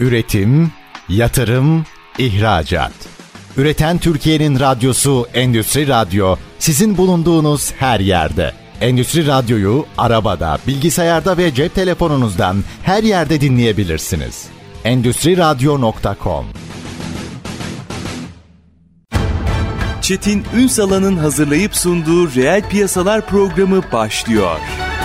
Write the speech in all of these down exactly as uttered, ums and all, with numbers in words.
Üretim, yatırım, ihracat. Üreten Türkiye'nin radyosu Endüstri Radyo, sizin bulunduğunuz her yerde. Endüstri Radyo'yu arabada, bilgisayarda ve cep telefonunuzdan her yerde dinleyebilirsiniz. endüstri radyo nokta com. Çetin Ünsal'ın hazırlayıp sunduğu Reel Piyasalar programı başlıyor.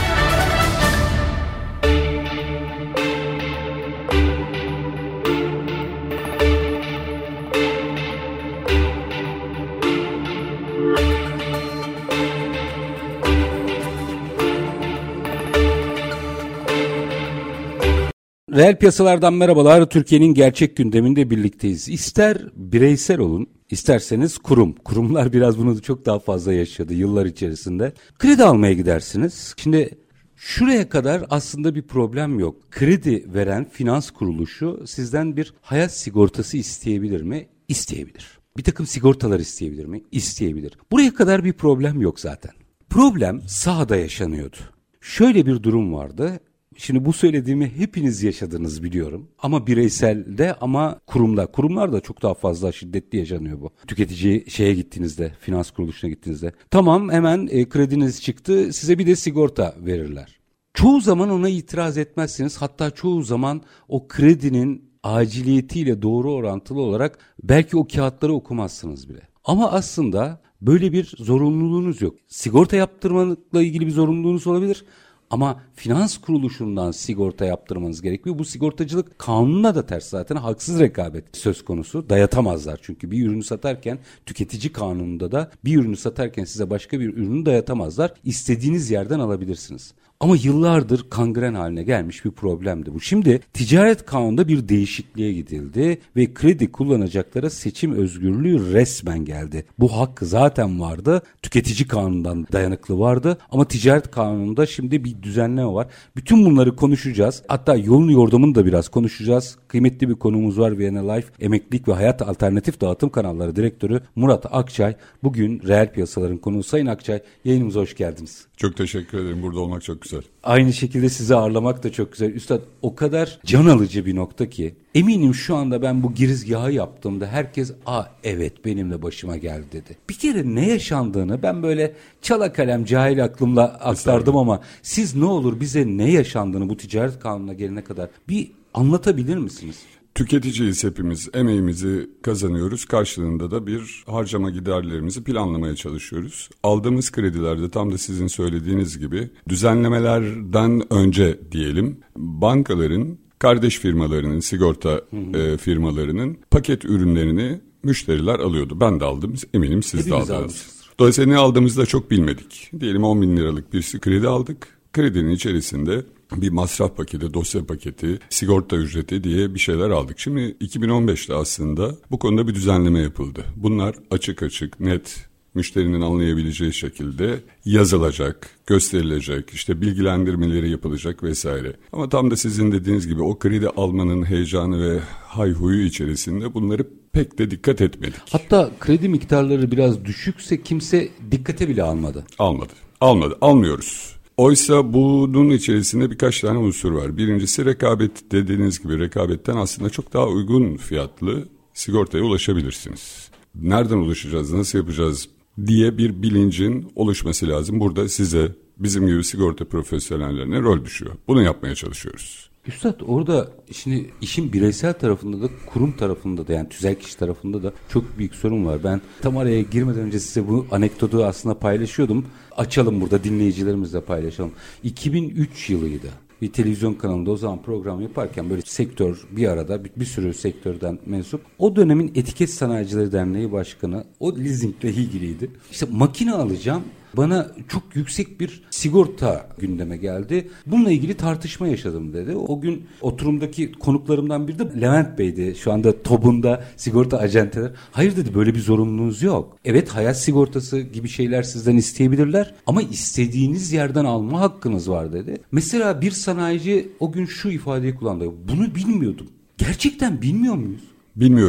Reel piyasalardan merhabalar. Türkiye'nin gerçek gündeminde birlikteyiz. İster bireysel olun, isterseniz kurum. Kurumlar biraz bunu çok daha fazla yaşadı yıllar içerisinde. Kredi almaya gidersiniz. Şimdi şuraya kadar aslında bir problem yok. Kredi veren finans kuruluşu sizden bir hayat sigortası isteyebilir mi? İsteyebilir. Bir takım sigortalar isteyebilir mi? İsteyebilir. Buraya kadar bir problem yok zaten. Problem sahada yaşanıyordu. Şöyle bir durum vardı. Şimdi bu söylediğimi hepiniz yaşadınız biliyorum. Ama bireyselde ama kurumda. Kurumlar da çok daha fazla şiddetli yaşanıyor bu. Tüketici şeye gittiğinizde, finans kuruluşuna gittiğinizde. Tamam, hemen e, krediniz çıktı, size bir de sigorta verirler. Çoğu zaman ona itiraz etmezsiniz. Hatta çoğu zaman o kredinin aciliyetiyle doğru orantılı olarak belki o kağıtları okumazsınız bile. Ama aslında böyle bir zorunluluğunuz yok. Sigorta yaptırmakla ilgili bir zorunluluğunuz olabilir. Ama finans kuruluşundan sigorta yaptırmanız gerekiyor. Bu sigortacılık kanununa da ters zaten. Haksız rekabet söz konusu. Dayatamazlar çünkü bir ürünü satarken tüketici kanununda da bir ürünü satarken size başka bir ürünü dayatamazlar. İstediğiniz yerden alabilirsiniz. Ama yıllardır kangren haline gelmiş bir problemdi bu. Şimdi ticaret kanununda bir değişikliğe gidildi ve kredi kullanacaklara seçim özgürlüğü resmen geldi. Bu hak zaten vardı. Tüketici kanunundan dayanıklı vardı ama ticaret kanununda şimdi bir düzenleme var. Bütün bunları konuşacağız. Hatta yolun yordamını da biraz konuşacağız. Kıymetli bir konuğumuz var. Viyana Life Emeklilik ve Hayat Alternatif Dağıtım Kanalları Direktörü Murat Akçay. Bugün reel piyasaların konuğu. Sayın Akçay, yayınımıza hoş geldiniz. Çok teşekkür ederim. Burada olmak çok güzel. Aynı şekilde sizi ağırlamak da çok güzel. Üstad, o kadar can alıcı bir nokta ki eminim şu anda ben bu girizgahı yaptığımda herkes aa evet benim de başıma geldi dedi. Bir kere ne yaşandığını ben böyle çala kalem cahil aklımla aktardım ama siz ne olur bize ne yaşandığını bu ticaret kanununa gelene kadar bir anlatabilir misiniz? Tüketiciyiz hepimiz. Emeğimizi kazanıyoruz. Karşılığında da bir harcama giderlerimizi planlamaya çalışıyoruz. Aldığımız kredilerde tam da sizin söylediğiniz gibi düzenlemelerden önce diyelim bankaların kardeş firmalarının, sigorta e, firmalarının paket ürünlerini müşteriler alıyordu. Ben de aldım. Eminim siz Hepimiz de aldınız. Dolayısıyla ne aldığımızı da çok bilmedik. Diyelim on bin liralık bir kredi aldık. Kredinin içerisinde bir masraf paketi, dosya paketi, sigorta ücreti diye bir şeyler aldık. Şimdi iki bin on beşte aslında bu konuda bir düzenleme yapıldı. Bunlar açık açık, net, müşterinin anlayabileceği şekilde yazılacak, gösterilecek, işte bilgilendirmeleri yapılacak vesaire. Ama tam da sizin dediğiniz gibi o kredi almanın heyecanı ve hayhuyu içerisinde bunları pek de dikkat etmedik. Hatta kredi miktarları biraz düşükse kimse dikkate bile almadı. Almadı, almadı, almıyoruz. Oysa bunun içerisinde birkaç tane unsur var. Birincisi rekabet, dediğiniz gibi rekabetten aslında çok daha uygun fiyatlı sigortaya ulaşabilirsiniz. Nereden ulaşacağız, nasıl yapacağız diye bir bilincin oluşması lazım. Burada size, bizim gibi sigorta profesyonellerine rol düşüyor. Bunu yapmaya çalışıyoruz. Üstad, orada şimdi işin bireysel tarafında da kurum tarafında da yani tüzel kişi tarafında da çok büyük sorun var. Ben tam araya girmeden önce size bu anekdotu aslında paylaşıyordum. Açalım burada, dinleyicilerimizle paylaşalım. iki bin üç yılıydı. Bir televizyon kanalında o zaman program yaparken böyle sektör bir arada bir, bir sürü sektörden mensup. O dönemin Etiket Sanayicileri Derneği Başkanı o leasingle ilgiliydi. İşte makine alacağım. Bana çok yüksek bir sigorta gündeme geldi. Bununla ilgili tartışma yaşadım dedi. O gün oturumdaki konuklarımdan biri de Levent Bey'di. Şu anda TOB'unda sigorta acenteler. Hayır dedi, böyle bir zorunluluğunuz yok. Evet, hayat sigortası gibi şeyler sizden isteyebilirler. Ama istediğiniz yerden alma hakkınız var dedi. Mesela bir sanayici o gün şu ifadeyi kullandı. Bunu bilmiyordum. Gerçekten bilmiyor muyuz? Bilmiyoruz.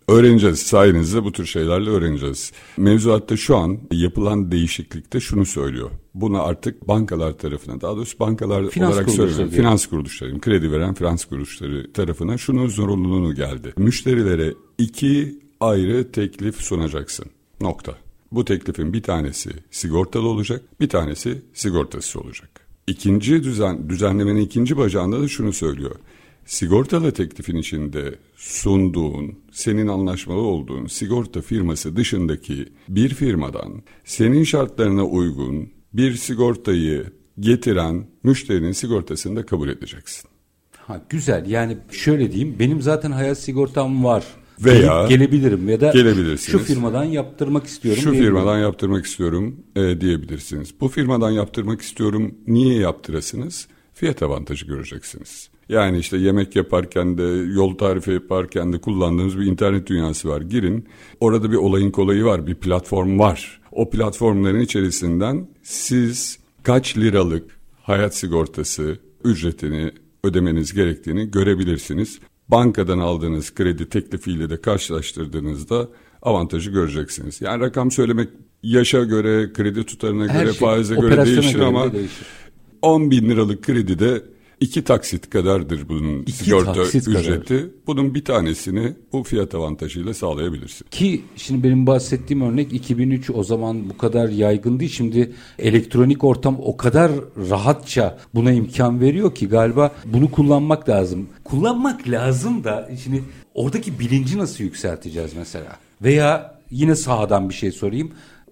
Öğreneceğiz. Sayenizde bu tür şeylerle öğreneceğiz. Mevzuatta şu an yapılan değişiklikte şunu söylüyor. Bunu artık bankalar tarafına, daha doğrusu bankalar finans olarak söylüyorum. Diye. Finans kuruluşları, kredi veren finans kuruluşları tarafına şunun zorunluluğunu geldi. Müşterilere iki ayrı teklif sunacaksın. Nokta. Bu teklifin bir tanesi sigortalı olacak, bir tanesi sigortasız olacak. İkinci düzen, düzenlemenin ikinci bacağında da şunu söylüyor. Sigortalı teklifin içinde sunduğun, senin anlaşmalı olduğun sigorta firması dışındaki bir firmadan senin şartlarına uygun bir sigortayı getiren müşterinin sigortasını da kabul edeceksin. Ha, güzel. Yani şöyle diyeyim, benim zaten hayat sigortam var. Veya gelebilirim ya da şu firmadan yaptırmak istiyorum. Şu firmadan yaptırmak istiyorum e, diyebilirsiniz. Bu firmadan yaptırmak istiyorum. Niye yaptırasınız? Fiyat avantajı göreceksiniz. Yani işte yemek yaparken de, yol tarifi yaparken de kullandığınız bir internet dünyası var. Girin, orada bir olayın kolayı var, bir platform var. O platformların içerisinden siz kaç liralık hayat sigortası ücretini ödemeniz gerektiğini görebilirsiniz. Bankadan aldığınız kredi teklifiyle de karşılaştırdığınızda avantajı göreceksiniz. Yani rakam söylemek yaşa göre, kredi tutarına Her göre, şey, faize göre değişir göre ama değişir. on bin liralık kredi de iki taksit kadardır bunun İki sigorta ücreti. kadar. Bunun bir tanesini bu fiyat avantajıyla sağlayabilirsin. Ki şimdi benim bahsettiğim örnek iki bin üç, o zaman bu kadar yaygın değil. Şimdi elektronik ortam o kadar rahatça buna imkan veriyor ki galiba bunu kullanmak lazım. Kullanmak lazım da şimdi oradaki bilinci nasıl yükselteceğiz mesela? Veya yine sahadan bir şey sorayım.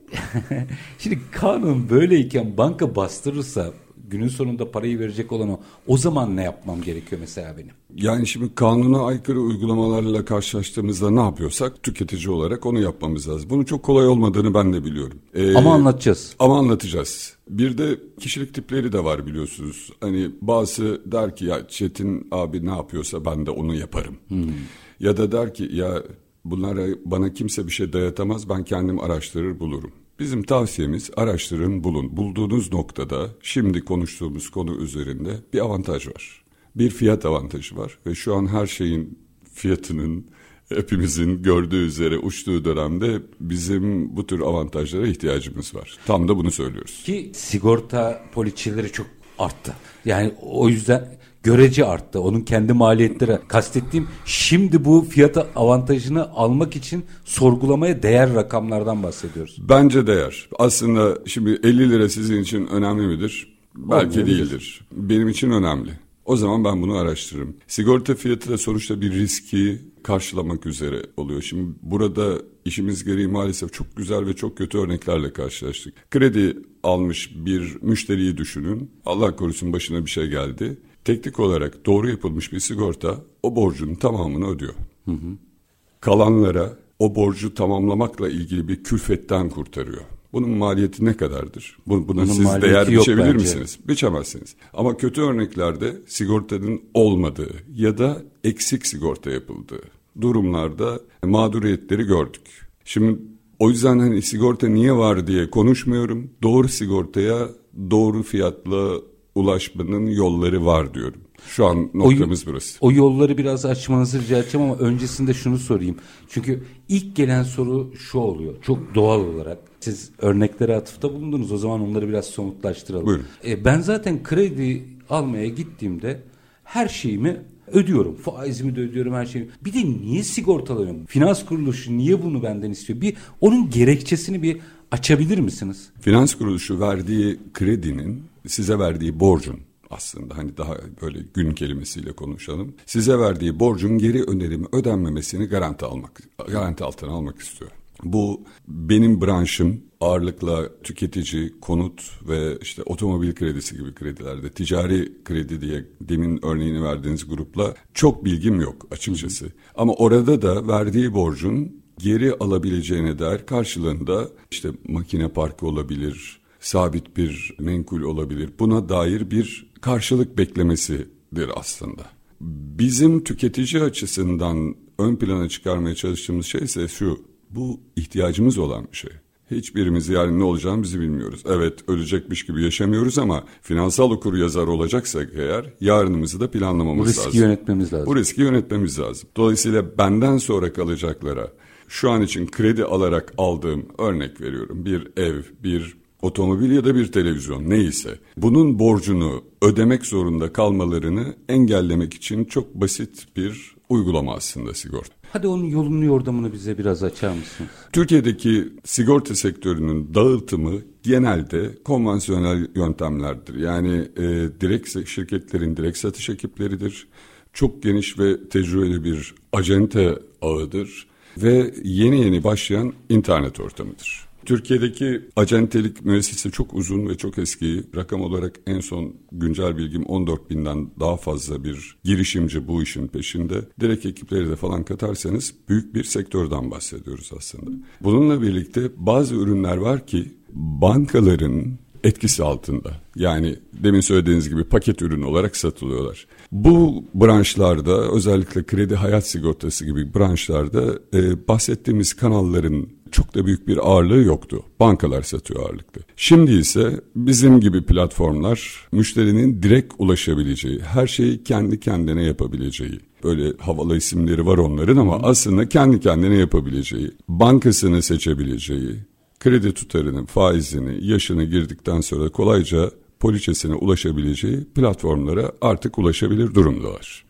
Şimdi kanun böyleyken banka bastırırsa günün sonunda parayı verecek olan o. O zaman ne yapmam gerekiyor mesela benim? Yani şimdi kanuna aykırı uygulamalarla karşılaştığımızda ne yapıyorsak tüketici olarak onu yapmamız lazım. Bunun çok kolay olmadığını ben de biliyorum. Ee, ama anlatacağız. Ama anlatacağız. Bir de kişilik tipleri de var biliyorsunuz. Hani bazı der ki ya Çetin abi ne yapıyorsa ben de onu yaparım. Hmm. Ya da der ki ya bunlara bana kimse bir şey dayatamaz, ben kendim araştırır bulurum. Bizim tavsiyemiz araştırın, bulun. Bulduğunuz noktada şimdi konuştuğumuz konu üzerinde bir avantaj var. Bir fiyat avantajı var ve şu an her şeyin fiyatının hepimizin gördüğü üzere uçtuğu dönemde bizim bu tür avantajlara ihtiyacımız var. Tam da bunu söylüyoruz. Ki sigorta poliçeleri çok arttı. Yani o yüzden görece arttı. Onun kendi maliyetleri. Kastettiğim şimdi bu fiyat avantajını almak için sorgulamaya değer rakamlardan bahsediyoruz. Bence değer. Aslında şimdi elli lira sizin için önemli midir? Belki Olmayabilir. Değildir. Benim için önemli. O zaman ben bunu araştırırım. Sigorta fiyatı da sonuçta bir riski karşılamak üzere oluyor. Şimdi burada işimiz gereği maalesef çok güzel ve çok kötü örneklerle karşılaştık. Kredi almış bir müşteriyi düşünün. Allah korusun başına bir şey geldi. Teknik olarak doğru yapılmış bir sigorta o borcun tamamını ödüyor. Hı hı. Kalanlara o borcu tamamlamakla ilgili bir külfetten kurtarıyor. Bunun maliyeti ne kadardır? Buna Bunun siz değer biçebilir bence. misiniz? Biçemezsiniz. Ama kötü örneklerde sigortanın olmadığı ya da eksik sigorta yapıldığı durumlarda mağduriyetleri gördük. Şimdi o yüzden hani sigorta niye var diye konuşmuyorum. Doğru sigortaya doğru fiyatla ulaşmanın yolları var diyorum. Şu an noktamız o, burası. O yolları biraz açmanızı rica edeceğim ama öncesinde şunu sorayım. Çünkü ilk gelen soru şu oluyor. Çok doğal olarak. Siz örneklere atıfta bulundunuz. O zaman onları biraz somutlaştıralım. Buyurun. E, ben zaten kredi almaya gittiğimde her şeyimi ödüyorum. Faizimi de ödüyorum, her şeyi. Bir de niye sigortalıyorum? Finans kuruluşu niye bunu benden istiyor? Bir onun gerekçesini bir açabilir misiniz? Finans kuruluşu verdiği kredinin size verdiği borcun aslında hani daha böyle gün kelimesiyle konuşalım. Size verdiği borcun geri önerimi ödenmemesini garanti almak, garanti altına almak istiyor. Bu benim branşım ağırlıkla tüketici, konut ve işte otomobil kredisi gibi kredilerde, ticari kredi diye demin örneğini verdiğiniz grupla çok bilgim yok açıkçası. Ama orada da verdiği borcun geri alabileceğine dair karşılığında işte makine parkı olabilir, sabit bir menkul olabilir. Buna dair bir karşılık beklemesidir aslında. Bizim tüketici açısından ön plana çıkarmaya çalıştığımız şey ise şu, bu ihtiyacımız olan bir şey. Hiçbirimiz yarın ne olacağını bizi bilmiyoruz. Evet, ölecekmiş gibi yaşamıyoruz ama finansal okuryazar olacaksak eğer yarınımızı da planlamamız lazım. Bu riski lazım. yönetmemiz lazım. Bu riski yönetmemiz lazım. Dolayısıyla benden sonra kalacaklara şu an için kredi alarak aldığım, örnek veriyorum, bir ev, bir otomobil ya da bir televizyon neyse, bunun borcunu ödemek zorunda kalmalarını engellemek için çok basit bir uygulama aslında sigorta. Hadi onun yolunu yordamını bize biraz açar mısınız? Türkiye'deki sigorta sektörünün dağıtımı genelde konvansiyonel yöntemlerdir. Yani e, direkt şirketlerin direkt satış ekipleridir. Çok geniş ve tecrübeli bir acente ağıdır ve yeni yeni başlayan internet ortamıdır. Türkiye'deki acentelik müessesesi çok uzun ve çok eski. Rakam olarak en son güncel bilgim on dört binden daha fazla bir girişimci bu işin peşinde. Direkt ekipleri de falan katarsanız büyük bir sektörden bahsediyoruz aslında. Bununla birlikte bazı ürünler var ki bankaların etkisi altında. Yani demin söylediğiniz gibi paket ürün olarak satılıyorlar. Bu branşlarda, özellikle kredi hayat sigortası gibi branşlarda e, bahsettiğimiz kanalların çok da büyük bir ağırlığı yoktu. Bankalar satıyor ağırlıklı. Şimdi ise bizim gibi platformlar müşterinin direkt ulaşabileceği, her şeyi kendi kendine yapabileceği, böyle havalı isimleri var onların ama aslında kendi kendine yapabileceği, bankasını seçebileceği, kredi tutarının faizini, yaşını girdikten sonra kolayca poliçesine ulaşabileceği platformlara artık ulaşabilir durumdalar.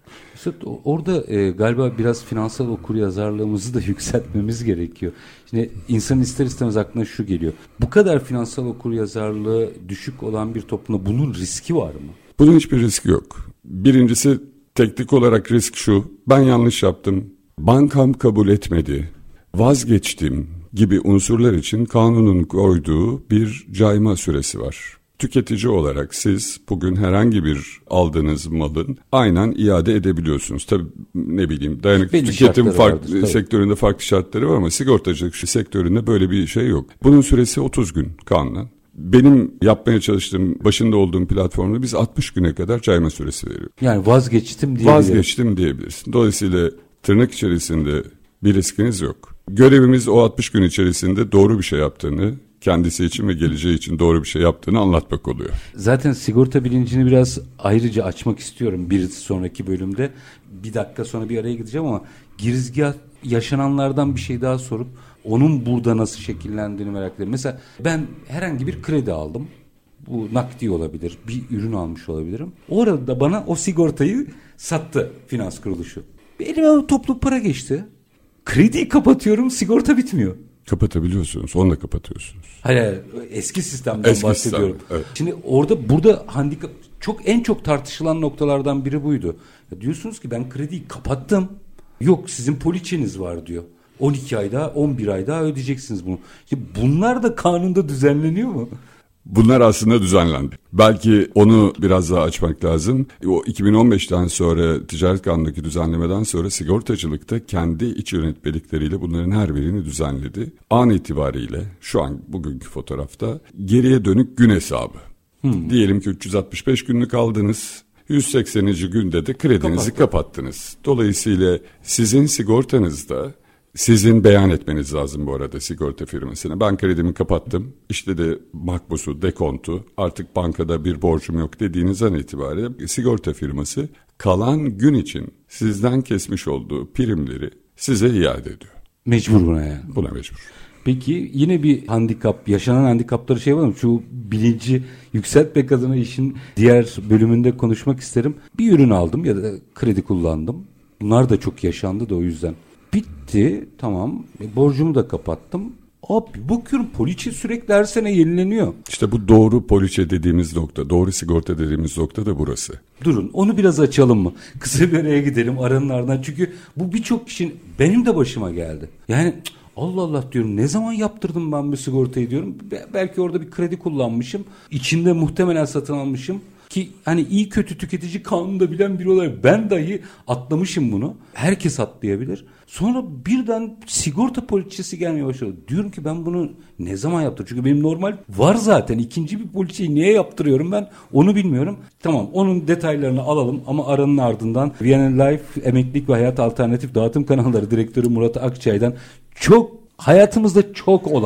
Orada e, galiba biraz finansal okuryazarlığımızı da yükseltmemiz gerekiyor. Şimdi insanın ister istemez aklına şu geliyor. Bu kadar finansal okuryazarlığı düşük olan bir toplumda bunun riski var mı? Bunun hiçbir riski yok. Birincisi teknik olarak risk şu. Ben yanlış yaptım. Bankam kabul etmedi. Vazgeçtim gibi unsurlar için kanunun koyduğu bir cayma süresi var. Tüketici olarak siz bugün herhangi bir aldığınız malın aynen iade edebiliyorsunuz. Tabii ne bileyim dayanıklı Belli tüketim farklı vardır, sektöründe farklı şartları var ama sigortacılık sektöründe böyle bir şey yok. Bunun süresi otuz gün kanunen. Benim yapmaya çalıştığım, başında olduğum platformda biz altmış güne kadar cayma süresi veriyoruz. Yani vazgeçtim diyebilirim. Vazgeçtim diyebilirsin. Dolayısıyla tırnak içerisinde bir riskiniz yok. Görevimiz o altmış gün içerisinde doğru bir şey yaptığını, kendisi için ve geleceği için doğru bir şey yaptığını anlatmak oluyor. Zaten sigorta bilincini biraz ayrıca açmak istiyorum bir sonraki bölümde. Bir dakika sonra bir araya gideceğim ama girizgah yaşananlardan bir şey daha sorup onun burada nasıl şekillendiğini merak ediyorum. Mesela ben herhangi bir kredi aldım. Bu nakdi olabilir, bir ürün almış olabilirim. Orada da bana o sigortayı sattı finans kuruluşu. Elime toplu para geçti. Krediyi kapatıyorum, sigorta bitmiyor. Kapatabiliyorsunuz, onu da kapatıyorsunuz. Hayır, eski sistemden eski bahsediyorum. Sistem, evet. Şimdi orada burada handikap çok en çok tartışılan noktalardan biri buydu. Ya diyorsunuz ki ben krediyi kapattım. Yok sizin poliçeniz var diyor. on iki ayda, on bir ayda ödeyeceksiniz bunu. İşte bunlar da kanunda düzenleniyor mu? Bunlar aslında düzenlendi. Belki onu biraz daha açmak lazım. O iki bin on beşten sonra Ticaret Kanunu'ndaki düzenlemeden sonra sigortacılıkta kendi iç yönetmelikleriyle bunların her birini düzenledi. An itibariyle şu an bugünkü fotoğrafta geriye dönük gün hesabı. Hmm. Diyelim ki üç yüz altmış beş günlük aldınız. yüz sekseninci günde de kredinizi Kapattı. kapattınız. Dolayısıyla sizin sigortanızda sizin beyan etmeniz lazım bu arada sigorta firmasına. Ben kredimi kapattım. İşte de makbusu, dekontu, artık bankada bir borcum yok dediğiniz an itibariyle sigorta firması kalan gün için sizden kesmiş olduğu primleri size iade ediyor. Mecbur buna yani. Buna mecbur. Peki yine bir handikap, yaşanan handikapları şey var mı? Şu bilinci yükseltmek adına işin diğer bölümünde konuşmak isterim. Bir ürün aldım ya da kredi kullandım. Bunlar da çok yaşandı da o yüzden. Bitti, tamam. E, borcumu da kapattım. Abi bakıyorum poliçe sürekli her sene yenileniyor. İşte bu doğru poliçe dediğimiz nokta, doğru sigorta dediğimiz nokta da burası. Durun, onu biraz açalım mı? Kısa bir araya gidelim aranın ardından. Çünkü bu birçok kişinin, benim de başıma geldi. Yani Allah Allah diyorum, ne zaman yaptırdım ben bu sigortayı diyorum. Belki orada bir kredi kullanmışım. İçinde muhtemelen satın almışım. Ki hani iyi kötü tüketici kanunu bilen biri olarak ben dahi atlamışım bunu. Herkes atlayabilir. Sonra birden sigorta poliçesi gelmeye başladı. Diyorum ki ben bunu ne zaman yaptım? Çünkü benim normal var zaten. İkinci bir poliçeyi niye yaptırıyorum ben? Onu bilmiyorum. Tamam, onun detaylarını alalım ama aranın ardından V N L Life Emeklilik ve Hayat Alternatif Dağıtım Kanalları Direktörü Murat Akçay'dan çok hayatımızda çok olan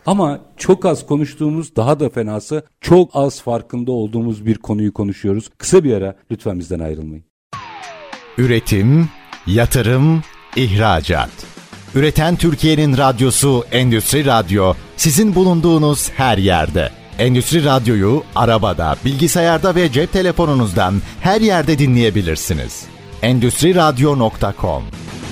Ama çok az konuştuğumuz, daha da fenası çok az farkında olduğumuz bir konuyu konuşuyoruz. Kısa bir ara, lütfen bizden ayrılmayın. Üretim, yatırım, ihracat. Üreten Türkiye'nin radyosu Endüstri Radyo, sizin bulunduğunuz her yerde. Endüstri Radyo'yu arabada, bilgisayarda ve cep telefonunuzdan her yerde dinleyebilirsiniz. endüstri radyo nokta com.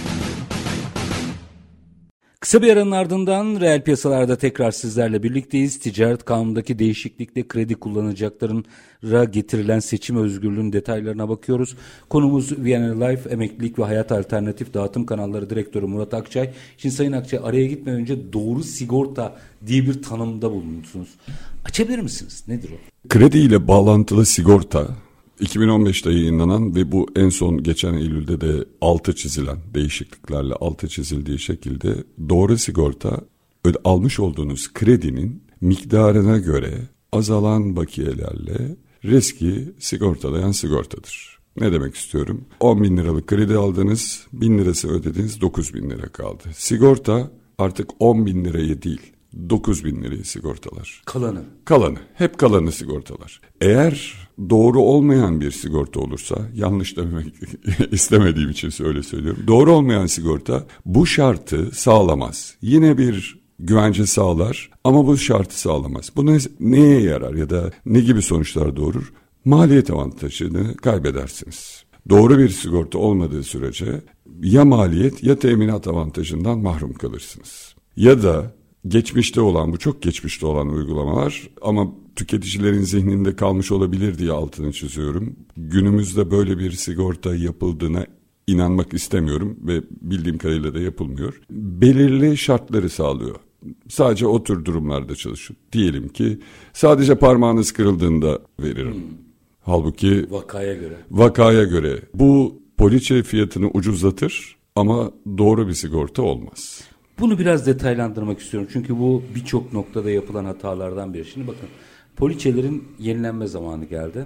Kısa bir aranın ardından reel piyasalarda tekrar sizlerle birlikteyiz. Ticaret kanunundaki değişiklikle kredi kullanacaklarına getirilen seçim özgürlüğünün detaylarına bakıyoruz. Konumuz V N R Life Emeklilik ve Hayat Alternatif Dağıtım Kanalları Direktörü Murat Akçay. Şimdi Sayın Akçay, araya gitmeden önce doğru sigorta diye bir tanımda bulunmuşsunuz. Açabilir misiniz? Nedir o? Kredi ile bağlantılı sigorta iki bin on beşte yayınlanan ve bu en son geçen Eylül'de de altı çizilen, değişikliklerle altı çizildiği şekilde doğru sigorta, almış olduğunuz kredinin miktarına göre azalan bakiyelerle riski sigortalayan sigortadır. Ne demek istiyorum? on bin liralık kredi aldınız, bin lirası ödediniz, dokuz bin lira kaldı. Sigorta artık on bin lirayı değil, dokuz bin lirayı sigortalar. Kalanı. Kalanı. Hep kalanı sigortalar. Eğer doğru olmayan bir sigorta olursa, yanlış demek istemediğim için öyle söylüyorum. Doğru olmayan sigorta bu şartı sağlamaz. Yine bir güvence sağlar ama bu şartı sağlamaz. Bu ne, neye yarar ya da ne gibi sonuçlar doğurur? Maliyet avantajını kaybedersiniz. Doğru bir sigorta olmadığı sürece ya maliyet ya teminat avantajından mahrum kalırsınız. Ya da geçmişte olan, bu çok geçmişte olan uygulamalar ama tüketicilerin zihninde kalmış olabilir diye altını çiziyorum. Günümüzde böyle bir sigorta yapıldığına inanmak istemiyorum ve bildiğim kadarıyla da yapılmıyor. Belirli şartları sağlıyor. Sadece o tür durumlarda çalışıyor. Diyelim ki sadece parmağınız kırıldığında veririm. Hmm. Halbuki vakaya göre. Vakaya göre bu poliçe fiyatını ucuzlatır ama doğru bir sigorta olmaz. Bunu biraz detaylandırmak istiyorum. Çünkü bu birçok noktada yapılan hatalardan biri. Şimdi bakın, poliçelerin yenilenme zamanı geldi.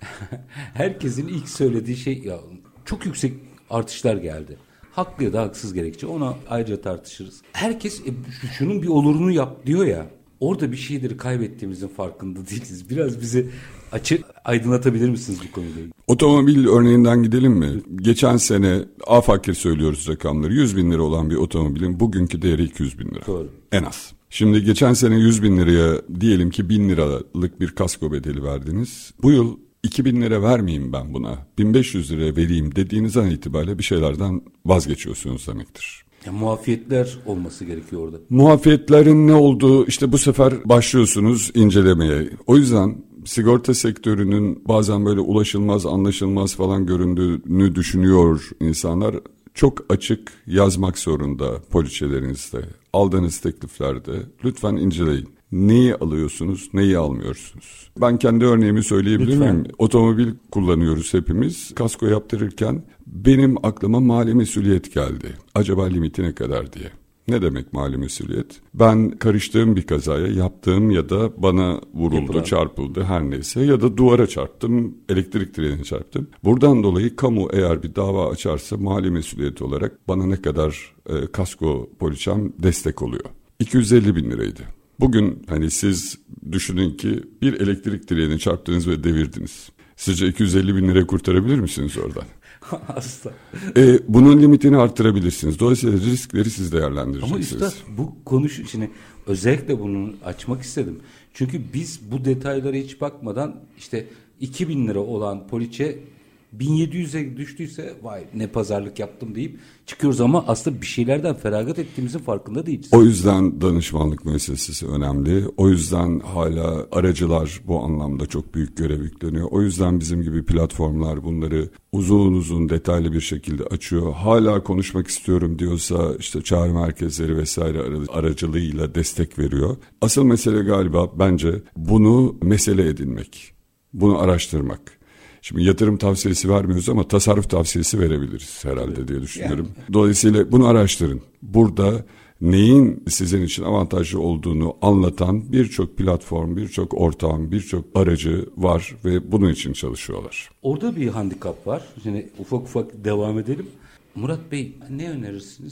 Herkesin ilk söylediği şey, ya çok yüksek artışlar geldi. Haklı ya da haksız gerekçe, ona ayrıca tartışırız. Herkes e, şunun bir olurunu yap diyor ya. Orada bir şeyleri kaybettiğimizin farkında değiliz. Biraz bizi açık aydınlatabilir misiniz bu konuyla ilgili? Otomobil örneğinden gidelim mi? Geçen sene afakir söylüyoruz rakamları. yüz bin lira olan bir otomobilin bugünkü değeri iki yüz bin lira. Doğru. En az. Şimdi geçen sene yüz bin liraya diyelim ki bin liralık bir kasko bedeli verdiniz. Bu yıl iki bin lira vermeyeyim ben buna, bin beş yüz lira vereyim dediğiniz an itibariyle bir şeylerden vazgeçiyorsunuz demektir. Ya, muafiyetler olması gerekiyor orada. Muafiyetlerin ne olduğu, işte bu sefer başlıyorsunuz incelemeye. O yüzden sigorta sektörünün bazen böyle ulaşılmaz, anlaşılmaz falan göründüğünü düşünüyor insanlar. Çok açık yazmak zorunda poliçelerinizde, aldığınız tekliflerde. Lütfen inceleyin. Neyi alıyorsunuz, neyi almıyorsunuz? Ben kendi örneğimi söyleyebilir Lütfen. miyim? Otomobil kullanıyoruz hepimiz. Kasko yaptırırken benim aklıma mali mesuliyet geldi. Acaba limiti ne kadar diye. Ne demek mali mesuliyet? Ben karıştığım bir kazaya, yaptığım ya da bana vuruldu, Yapılan. çarpıldı her neyse ya da duvara çarptım, elektrik direğine çarptım. Buradan dolayı kamu eğer bir dava açarsa mali mesuliyet olarak bana ne kadar e, kasko poliçem destek oluyor? iki yüz elli bin liraydı. Bugün hani siz düşünün ki bir elektrik direğine çarptınız ve devirdiniz. Sizce iki yüz elli bin liraya kurtarabilir misiniz oradan? Asla. E, bunun limitini arttırabilirsiniz. Dolayısıyla riskleri siz değerlendireceksiniz. Ama üstad, bu konuş içine özellikle bunu açmak istedim. Çünkü biz bu detaylara hiç bakmadan işte iki bin lira olan poliçe bin yedi yüze düştüyse vay ne pazarlık yaptım deyip çıkıyoruz ama aslında bir şeylerden feragat ettiğimizin farkında değiliz. O yüzden danışmanlık meselesi önemli. O yüzden hala aracılar bu anlamda çok büyük görev yükleniyor. O yüzden bizim gibi platformlar bunları uzun uzun detaylı bir şekilde açıyor. Hala konuşmak istiyorum diyorsa işte çağrı merkezleri vesaire aracılığıyla destek veriyor. Asıl mesele galiba bence bunu mesele edinmek, bunu araştırmak. Şimdi yatırım tavsiyesi vermiyoruz ama tasarruf tavsiyesi verebiliriz herhalde diye düşünüyorum. Yani. Dolayısıyla bunu araştırın. Burada neyin sizin için avantajlı olduğunu anlatan birçok platform, birçok ortam, birçok aracı var ve bunun için çalışıyorlar. Orada bir handikap var. Şimdi ufak ufak devam edelim. Murat Bey, ne önerirsiniz?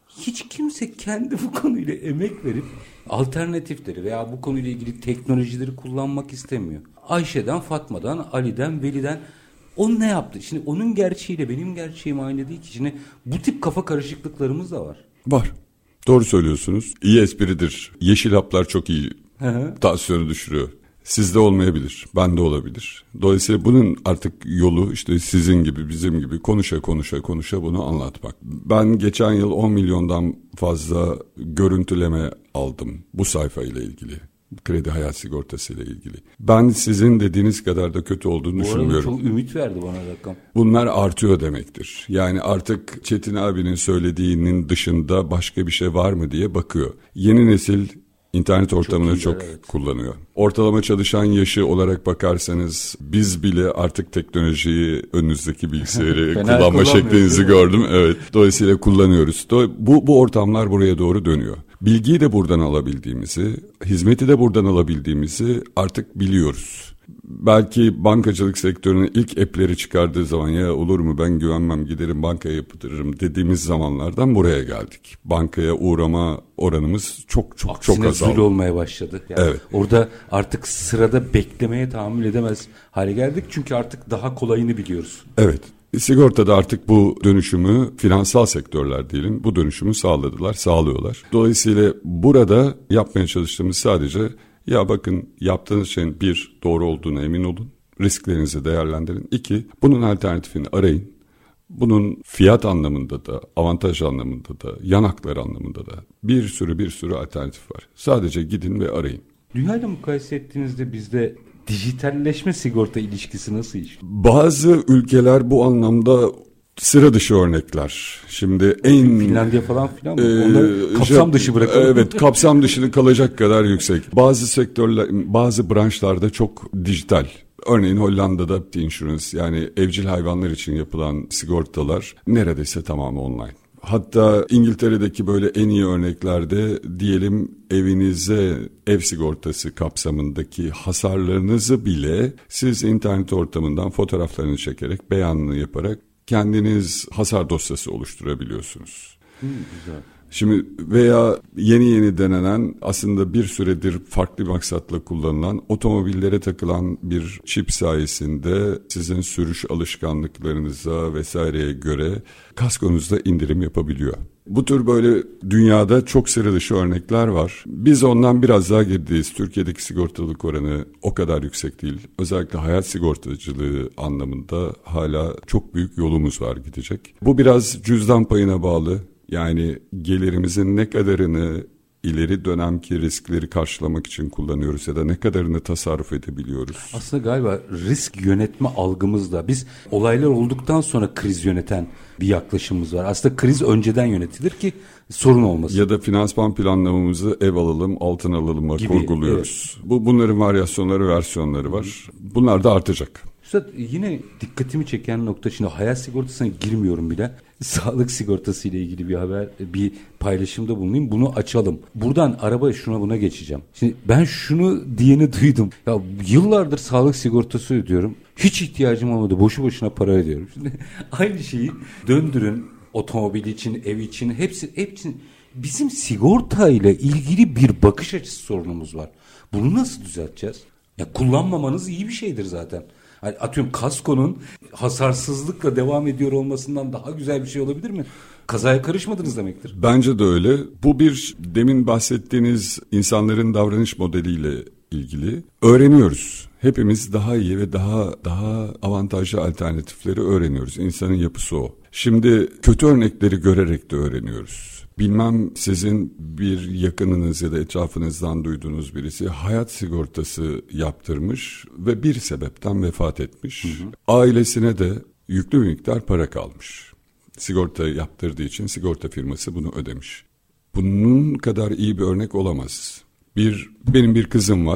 hiç kimse kendi bu konuyla emek verip alternatifleri veya bu konuyla ilgili teknolojileri kullanmak istemiyor. Ayşe'den, Fatma'dan, Ali'den, Veli'den o ne yaptı? Şimdi onun gerçeğiyle benim gerçeğim aynı değil ki. Şimdi bu tip kafa karışıklıklarımız da var. Var. Doğru söylüyorsunuz. İyi espridir. Yeşil haplar çok iyi. Tansiyonu düşürüyor. Sizde olmayabilir, bende olabilir. Dolayısıyla bunun artık yolu işte sizin gibi, bizim gibi konuşa konuşa konuşa bunu anlatmak. Ben geçen yıl on milyondan fazla görüntüleme aldım bu sayfayla ilgili. Kredi hayat sigortası ile ilgili. Ben sizin dediğiniz kadar da kötü olduğunu bu düşünmüyorum. Bu arada çok ümit verdi bana rakam. Bunlar artıyor demektir. Yani artık Çetin abinin söylediğinin dışında başka bir şey var mı diye bakıyor. Yeni nesil İnternet ortamını çok, çok evet. kullanıyor. Ortalama çalışan yaşı olarak bakarsanız biz bile artık teknolojiyi, önünüzdeki bilgisayarı kullanma şeklinizi gördüm. Evet. Dolayısıyla kullanıyoruz. Bu bu ortamlar buraya doğru dönüyor. Bilgiyi de buradan alabildiğimizi, hizmeti de buradan alabildiğimizi artık biliyoruz. Belki bankacılık sektörünün ilk app'leri çıkardığı zaman ya olur mu ben güvenmem giderim bankaya yaptırırım dediğimiz zamanlardan buraya geldik. Bankaya uğrama oranımız çok çok Aksine çok azaldı. zul olmaya başladı. Yani evet. Orada artık sırada beklemeye tahammül edemez hale geldik çünkü artık daha kolayını biliyoruz. Evet. Sigortada artık bu dönüşümü finansal sektörler diyelim bu dönüşümü sağladılar, sağlıyorlar. Dolayısıyla burada yapmaya çalıştığımız sadece ya bakın yaptığınız şeyin bir doğru olduğuna emin olun, risklerinizi değerlendirin. İki, bunun alternatifini arayın. Bunun fiyat anlamında da, avantaj anlamında da, yan haklar anlamında da bir sürü bir sürü alternatif var. Sadece gidin ve arayın. Dünyayla mukayese ettiğinizde bizde dijitalleşme sigorta ilişkisi nasıl iş? Bazı ülkeler bu anlamda sıra dışı örnekler. Şimdi en Finlandiya falan filan mı? E, Onları kapsam dışı bırakalım. Evet, kapsam dışı kalacak kadar yüksek. Bazı sektörler, bazı branşlarda çok dijital. Örneğin Hollanda'da insurance yani evcil hayvanlar için yapılan sigortalar neredeyse tamamı online. Hatta İngiltere'deki böyle en iyi örneklerde diyelim evinize ev sigortası kapsamındaki hasarlarınızı bile siz internet ortamından fotoğraflarını çekerek beyanını yaparak kendiniz hasar dosyası oluşturabiliyorsunuz. Hmm, güzel. Şimdi veya yeni yeni denenen aslında bir süredir farklı maksatla kullanılan otomobillere takılan bir çip sayesinde sizin sürüş alışkanlıklarınıza vesaireye göre kaskonuzda indirim yapabiliyor. Bu tür böyle dünyada çok sıra dışı örnekler var. Biz ondan biraz daha gerideyiz. Türkiye'deki sigortalılık oranı o kadar yüksek değil. Özellikle hayat sigortacılığı anlamında hala çok büyük yolumuz var gidecek. Bu biraz cüzdan payına bağlı. Yani gelirimizin ne kadarını ileri dönemki riskleri karşılamak için kullanıyoruz ya da ne kadarını tasarruf edebiliyoruz. Aslında galiba risk yönetme algımızda biz olaylar olduktan sonra kriz yöneten bir yaklaşımımız var. Aslında kriz önceden yönetilir ki sorun olmasın. Ya da finansman planlamamızı ev alalım, altın alalım kurguluyoruz. Evet. Bu bunların varyasyonları, versiyonları var. Bunlar da artacak. Üstad yine dikkatimi çeken nokta şimdi hayat sigortasına girmiyorum bile. Sağlık sigortası ile ilgili bir haber, bir paylaşımda bulunayım. Bunu açalım. Buradan araba şuna buna geçeceğim. Şimdi ben şunu diyeni duydum. Ya yıllardır sağlık sigortası ödüyorum. Hiç ihtiyacım olmadı. Boşu boşuna para ödüyorum. Şimdi aynı şeyi döndürün. Otomobil için, ev için, hepsi, hepsi bizim sigorta ile ilgili bir bakış açısı sorunumuz var. Bunu nasıl düzelteceğiz? Ya kullanmamanız iyi bir şeydir zaten. Yani atıyorum kaskonun hasarsızlıkla devam ediyor olmasından daha güzel bir şey olabilir mi? Kazaya karışmadınız demektir. Bence de öyle. Bu bir demin bahsettiğiniz insanların davranış modeliyle ilgili. Öğreniyoruz. Hepimiz daha iyi ve daha daha avantajlı alternatifleri öğreniyoruz. İnsanın yapısı o. Şimdi kötü örnekleri görerek de öğreniyoruz. Bilmem sizin bir yakınınız ya da etrafınızdan duyduğunuz birisi hayat sigortası yaptırmış ve bir sebepten vefat etmiş. Hı hı. Ailesine de yüklü bir miktar para kalmış. Sigorta yaptırdığı için sigorta firması bunu ödemiş. Bunun kadar iyi bir örnek olamaz. Bir benim bir kızım var.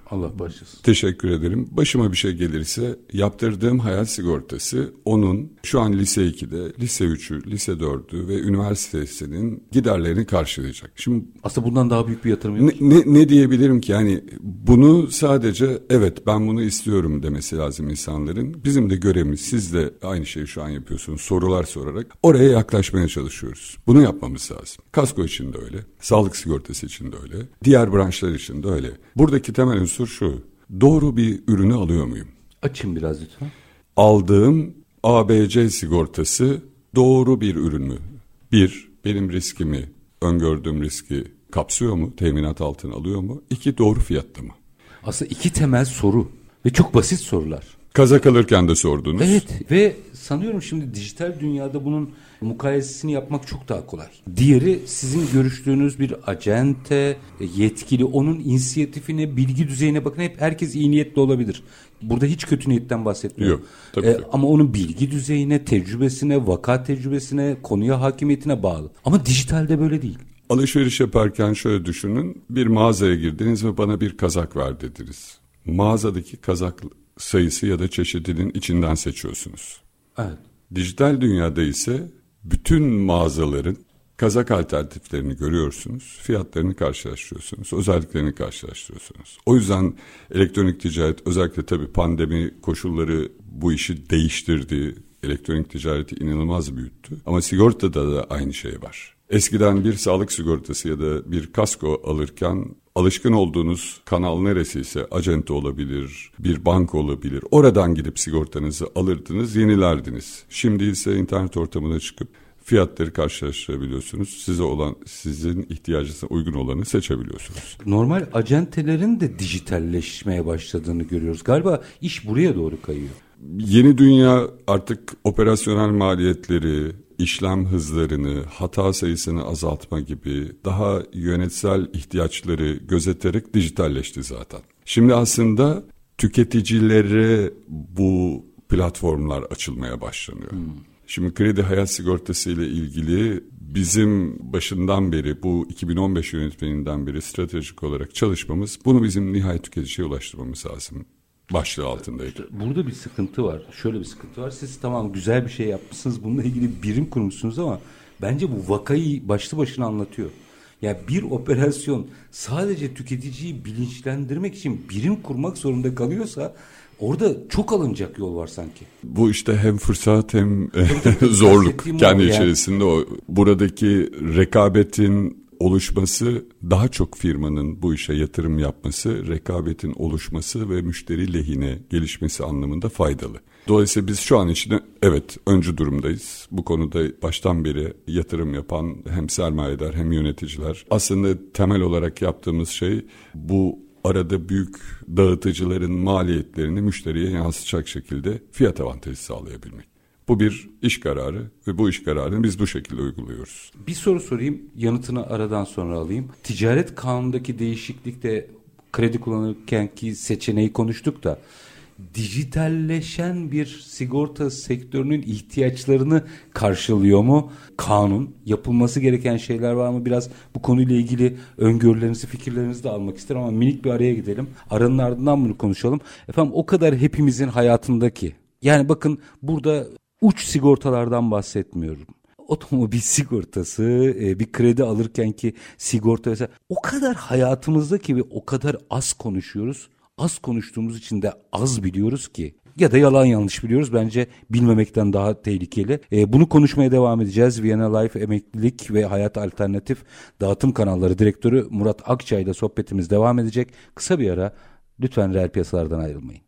Allah başlasın. Teşekkür ederim. Başıma bir şey gelirse yaptırdığım hayat sigortası onun şu an lise ikide, lise üçü, lise dördü ve üniversitesinin giderlerini karşılayacak. Şimdi aslında bundan daha büyük bir yatırım ne, ne, ne diyebilirim ki? Yani bunu sadece evet ben bunu istiyorum demesi lazım insanların. Bizim de görevimiz, siz de aynı şeyi şu an yapıyorsunuz, sorular sorarak oraya yaklaşmaya çalışıyoruz. Bunu yapmamız lazım. Kasko için de öyle, sağlık sigortası için de öyle, diğer branşlar için de öyle. Buradaki temel unsur şu: doğru bir ürünü alıyor muyum? Açın biraz lütfen. Aldığım A B C sigortası doğru bir ürün mü? Bir, benim riskimi, öngördüğüm riski kapsıyor mu? Teminat altına alıyor mu? İki, doğru fiyatta mı? Aslında iki temel soru ve çok basit sorular. Kaza kalırken de sordunuz. Evet ve sanıyorum şimdi dijital dünyada bunun mukayesesini yapmak çok daha kolay. Diğeri sizin görüştüğünüz bir acente, yetkili, onun inisiyatifine, bilgi düzeyine bakın, hep herkes iyi niyetli olabilir. Burada hiç kötü niyetten bahsetmiyorum. Yok, tabii ee, ki. Ama onun bilgi düzeyine, tecrübesine, vaka tecrübesine, konuya hakimiyetine bağlı. Ama dijitalde böyle değil. Alışveriş yaparken şöyle düşünün: bir mağazaya girdiniz ve bana bir kazak ver dediniz. Mağazadaki kazak sayısı ya da çeşidinin içinden seçiyorsunuz. Evet. Dijital dünyada ise bütün mağazaların kazak alternatiflerini görüyorsunuz, fiyatlarını karşılaştırıyorsunuz, özelliklerini karşılaştırıyorsunuz. O yüzden elektronik ticaret, özellikle tabii pandemi koşulları bu işi değiştirdi. Elektronik ticareti inanılmaz büyüttü. Ama sigortada da aynı şey var. Eskiden bir sağlık sigortası ya da bir kasko alırken alışkın olduğunuz kanal neresiyse, acente olabilir, bir banka olabilir, oradan gidip sigortanızı alırdınız, yenilerdiniz. Şimdi ise internet ortamına çıkıp fiyatları karşılaştırabiliyorsunuz. Size olan, sizin ihtiyacınıza uygun olanı seçebiliyorsunuz. Normal acentelerin de dijitalleşmeye başladığını görüyoruz. Galiba iş buraya doğru kayıyor. Yeni dünya artık operasyonel maliyetleri, işlem hızlarını, hata sayısını azaltma gibi daha yönetsel ihtiyaçları gözeterek dijitalleşti zaten. Şimdi aslında tüketicilere bu platformlar açılmaya başlanıyor. Hmm. Şimdi kredi hayat sigortası ile ilgili bizim başından beri, bu iki bin on beş yönetmeninden beri stratejik olarak çalışmamız, bunu bizim nihai tüketiciye ulaştırmamız lazım başlığı altındaydı. Burada bir sıkıntı var. Şöyle bir sıkıntı var. Siz tamam güzel bir şey yapmışsınız, bununla ilgili bir birim kurmuşsunuz ama bence bu vakayı başlı başına anlatıyor. Yani bir operasyon sadece tüketiciyi bilinçlendirmek için birim kurmak zorunda kalıyorsa orada çok alınacak yol var sanki. Bu işte hem fırsat hem zorluk kendi yani. içerisinde. O buradaki rekabetin oluşması, daha çok firmanın bu işe yatırım yapması, rekabetin oluşması ve müşteri lehine gelişmesi anlamında faydalı. Dolayısıyla biz şu an için evet öncü durumdayız. Bu konuda baştan beri yatırım yapan hem sermayedar hem yöneticiler. Aslında temel olarak yaptığımız şey bu arada büyük dağıtıcıların maliyetlerini müşteriye yansıtacak şekilde fiyat avantajı sağlayabilmek. Bu bir iş kararı ve bu iş kararını biz bu şekilde uyguluyoruz. Bir soru sorayım, yanıtını aradan sonra alayım. Ticaret kanunundaki değişiklikte kredi kullanırkenki seçeneği konuştuk da dijitalleşen bir sigorta sektörünün ihtiyaçlarını karşılıyor mu kanun? Yapılması gereken şeyler var mı? Biraz bu konuyla ilgili öngörülerinizi, fikirlerinizi de almak isterim ama minik bir araya gidelim. Aranın ardından bunu konuşalım. Efendim o kadar hepimizin hayatındaki, yani bakın burada uç sigortalardan bahsetmiyorum. Otomobil sigortası, bir kredi alırkenki sigorta vesaire, o kadar hayatımızdaki ve o kadar az konuşuyoruz. Az konuştuğumuz için de az biliyoruz ki, ya da yalan yanlış biliyoruz. Bence bilmemekten daha tehlikeli. E, bunu konuşmaya devam edeceğiz. Vienna Life Emeklilik ve Hayat Alternatif Dağıtım Kanalları Direktörü Murat Akçay ile sohbetimiz devam edecek. Kısa bir ara, lütfen reel piyasalardan ayrılmayın.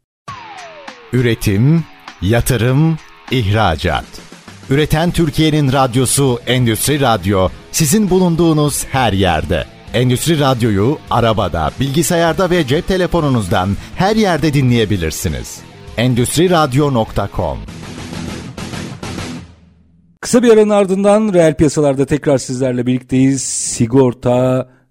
Üretim, yatırım, ihracat. Üreten Türkiye'nin radyosu Endüstri Radyo, sizin bulunduğunuz her yerde. Endüstri Radyo'yu arabada, bilgisayarda ve cep telefonunuzdan her yerde dinleyebilirsiniz. endüstri radyo nokta com. Kısa bir aranın ardından reel piyasalarda tekrar sizlerle birlikteyiz. Sigorta,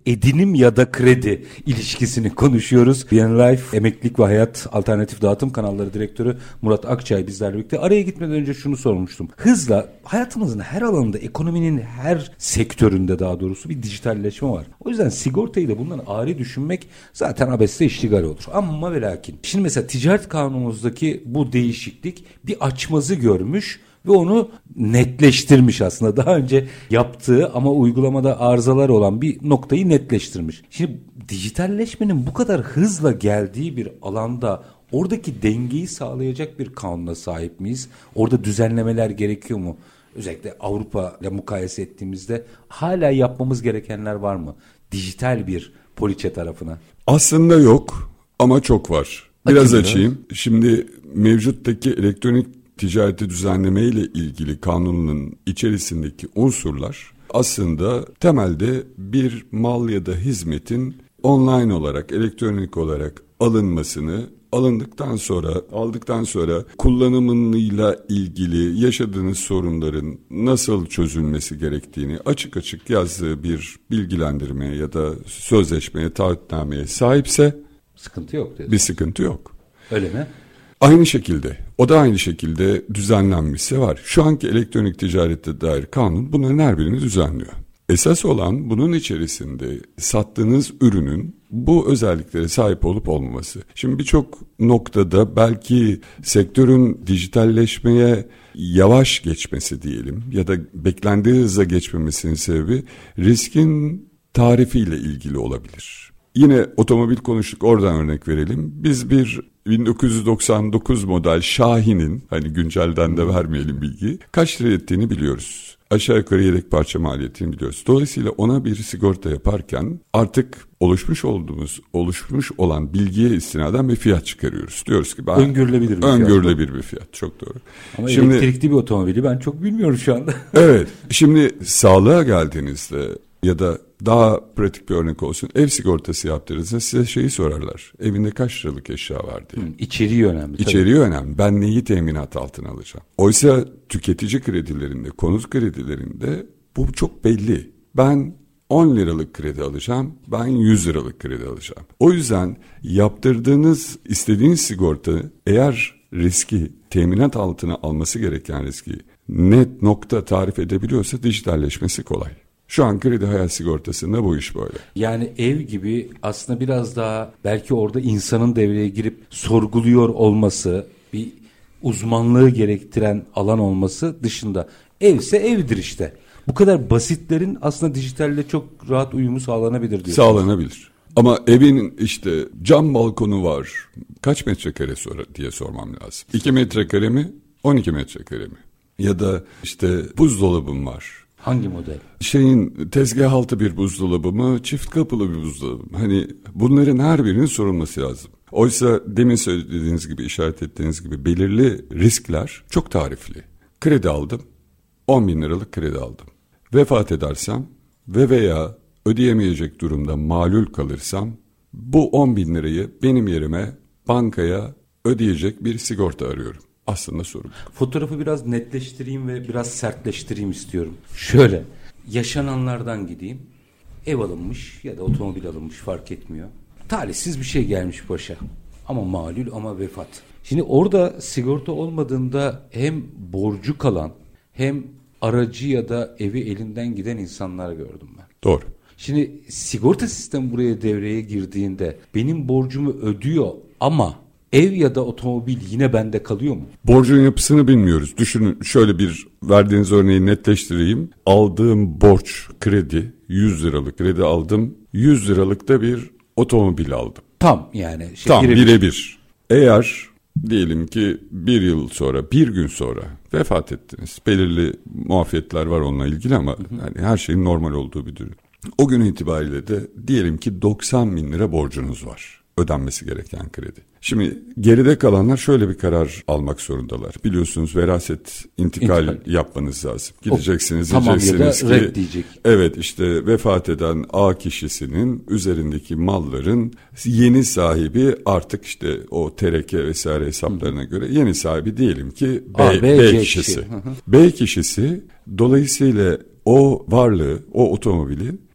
edinim ya da kredi ilişkisini konuşuyoruz. B N Life Emeklilik ve Hayat Alternatif Dağıtım Kanalları Direktörü Murat Akçay bizlerle birlikte. Araya gitmeden önce şunu sormuştum. Hızla hayatımızın her alanında, ekonominin her sektöründe daha doğrusu bir dijitalleşme var. O yüzden sigortayı da bundan ayrı düşünmek zaten abesle iştigal olur. Ama ve lakin. Şimdi mesela ticaret kanunumuzdaki bu değişiklik bir açmazı görmüş ve onu netleştirmiş aslında. Daha önce yaptığı ama uygulamada arızalar olan bir noktayı netleştirmiş. Şimdi dijitalleşmenin bu kadar hızla geldiği bir alanda oradaki dengeyi sağlayacak bir kanuna sahip miyiz? Orada düzenlemeler gerekiyor mu? Özellikle Avrupa ile mukayese ettiğimizde hala yapmamız gerekenler var mı? Dijital bir poliçe tarafına. Aslında yok ama çok var. Biraz Açın açayım. biraz. Şimdi mevcuttaki elektronik ticareti düzenleme ile ilgili kanunun içerisindeki unsurlar aslında temelde bir mal ya da hizmetin online olarak, elektronik olarak alınmasını, alındıktan sonra, aldıktan sonra kullanımıyla ilgili yaşadığınız sorunların nasıl çözülmesi gerektiğini açık açık yazdığı bir bilgilendirmeye ya da sözleşmeye, taahhütnameye sahipse Sıkıntı yok diyorsun. bir sıkıntı yok. Öyle mi? Aynı şekilde, o da aynı şekilde düzenlenmişse var. Şu anki elektronik ticarete dair kanun bunların her birini düzenliyor. Esas olan bunun içerisinde sattığınız ürünün bu özelliklere sahip olup olmaması. Şimdi birçok noktada belki sektörün dijitalleşmeye yavaş geçmesi diyelim ya da beklendiği hızla geçmemesinin sebebi riskin tarifiyle ilgili olabilir. Yine otomobil konuştuk, oradan örnek verelim. Biz bir bin dokuz yüz doksan dokuz model Şahin'in, hani güncelden de vermeyelim bilgiyi, kaç lira ettiğini biliyoruz. Aşağı yukarı yedek parça maliyetini biliyoruz. Dolayısıyla ona bir sigorta yaparken artık oluşmuş olduğumuz, oluşmuş olan bilgiye istinaden bir fiyat çıkarıyoruz. Diyoruz ki ben öngörülebilir bir fiyat. Öngörülebilir bir fiyat. Çok doğru. Ama şimdi, elektrikli bir otomobili ben çok bilmiyorum şu anda. Evet. Şimdi sağlığa geldiğinizde ya da daha pratik bir örnek olsun, ev sigortası yaptığınızda size şeyi sorarlar. Evinde kaç liralık eşya var diye. Hı, içeriği önemli. İçeriği tabii. önemli. Ben neyi teminat altına alacağım? Oysa tüketici kredilerinde, konut kredilerinde bu çok belli. Ben on liralık kredi alacağım, ben yüz liralık kredi alacağım. O yüzden yaptırdığınız, istediğiniz sigorta eğer riski, teminat altına alması gereken riski net nokta tarif edebiliyorsa dijitalleşmesi kolay. Şu an kredi hayat sigortasında bu iş böyle. Yani ev gibi aslında biraz daha belki orada insanın devreye girip sorguluyor olması, bir uzmanlığı gerektiren alan olması dışında. Evse evdir işte. Bu kadar basitlerin aslında dijitalle çok rahat uyumu sağlanabilir diyorsunuz. Sağlanabilir. Ama evin işte cam balkonu var. Kaç metrekare sonra diye sormam lazım. iki metrekare mi? on iki metrekare mi? Ya da işte buzdolabım var. Hangi model? Şeyin tezgah altı bir buzdolabı mı, çift kapılı bir buzdolabı mı? Hani bunların her birinin sorulması lazım. Oysa demin söylediğiniz gibi, işaret ettiğiniz gibi belirli riskler çok tarifli. Kredi aldım, on bin liralık kredi aldım. Vefat edersem ve veya ödeyemeyecek durumda malul kalırsam bu on bin lirayı benim yerime bankaya ödeyecek bir sigorta arıyorum. Aslında sorun. Fotoğrafı biraz netleştireyim ve biraz sertleştireyim istiyorum. Şöyle, yaşananlardan gideyim. Ev alınmış ya da otomobil alınmış fark etmiyor. Talihsiz bir şey gelmiş başa. Ama malul ama vefat. Şimdi orada sigorta olmadığında hem borcu kalan hem aracı ya da evi elinden giden insanlar gördüm ben. Doğru. Şimdi sigorta sistemi buraya devreye girdiğinde benim borcumu ödüyor ama ev ya da otomobil yine bende kalıyor mu? Borcun yapısını bilmiyoruz. Düşünün, şöyle bir verdiğiniz örneği netleştireyim. Aldığım borç, kredi, yüz liralık kredi aldım. yüz liralık da bir otomobil aldım. Tam yani. Şey, Tam birebir. birebir. Eğer diyelim ki bir yıl sonra, bir gün sonra vefat ettiniz. Belirli muafiyetler var onunla ilgili ama hı hı. Yani her şeyin normal olduğu bir durum. O gün itibariyle de diyelim ki doksan bin lira borcunuz var. Ödenmesi gereken kredi. Şimdi geride kalanlar şöyle bir karar almak zorundalar. Biliyorsunuz veraset intikal, intikal. yapmanız lazım. Gideceksiniz, o, diyeceksiniz tamam ya da red ki diyecek. Evet, işte vefat eden A kişisinin üzerindeki malların yeni sahibi artık işte o tereke vesaire hesaplarına Hı. göre yeni sahibi diyelim ki B, A, B, B kişisi. Kişi. B kişisi dolayısıyla o varlığı, o otomobili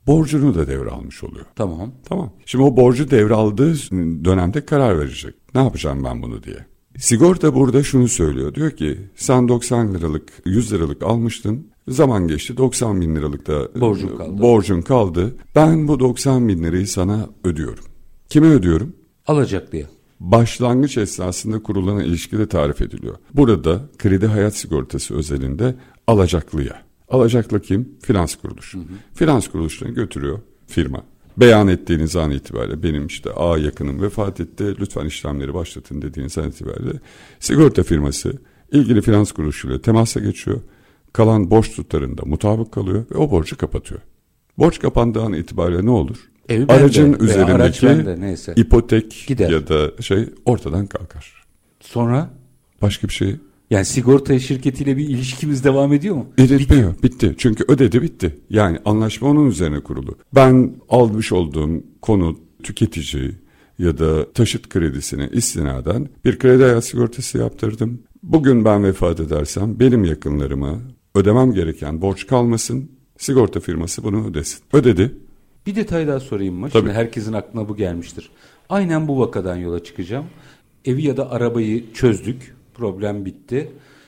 borcunu da devralmış oluyor. Tamam. Tamam. Şimdi o borcu devraldığı dönemde karar verecek. Ne yapacağım ben bunu diye. Sigorta burada şunu söylüyor. Diyor ki sen doksan liralık, yüz liralık almıştın. Zaman geçti, doksan bin liralık da borcun kaldı. borcun kaldı. Ben bu doksan bin lirayı sana ödüyorum. Kime ödüyorum? Alacaklıya. Başlangıç esnasında kurulan ilişkide tarif ediliyor. Burada kredi hayat sigortası özelinde alacaklıya. Alacaklı kim? Finans kuruluşu. Hı hı. Finans kuruluşuna götürüyor firma. Beyan ettiğiniz an itibariyle benim işte A yakınım vefat etti, lütfen işlemleri başlatın dediğiniz an itibariyle sigorta firması ilgili finans kuruluşuyla temasa geçiyor. Kalan borç tutarında mutabık kalıyor ve o borcu kapatıyor. Borç kapandığı an itibariyle ne olur? Evi Aracın bende, üzerindeki bende, neyse. ipotek Gider. Ya da şey ortadan kalkar. Sonra? Başka bir şey. Yani sigorta şirketiyle bir ilişkimiz devam ediyor mu? Edilmiyor. Bitti. bitti. Çünkü ödedi bitti. Yani anlaşma onun üzerine kurulu. Ben almış olduğum konut, tüketici ya da taşıt kredisine istinaden bir kredi hayat sigortası yaptırdım. Bugün ben vefat edersem benim yakınlarıma ödemem gereken borç kalmasın. Sigorta firması bunu ödesin. Ödedi. Bir detay daha sorayım mı? Tabii. Şimdi herkesin aklına bu gelmiştir. Aynen bu vakadan yola çıkacağım. Evi ya da arabayı çözdük. Problem bitti.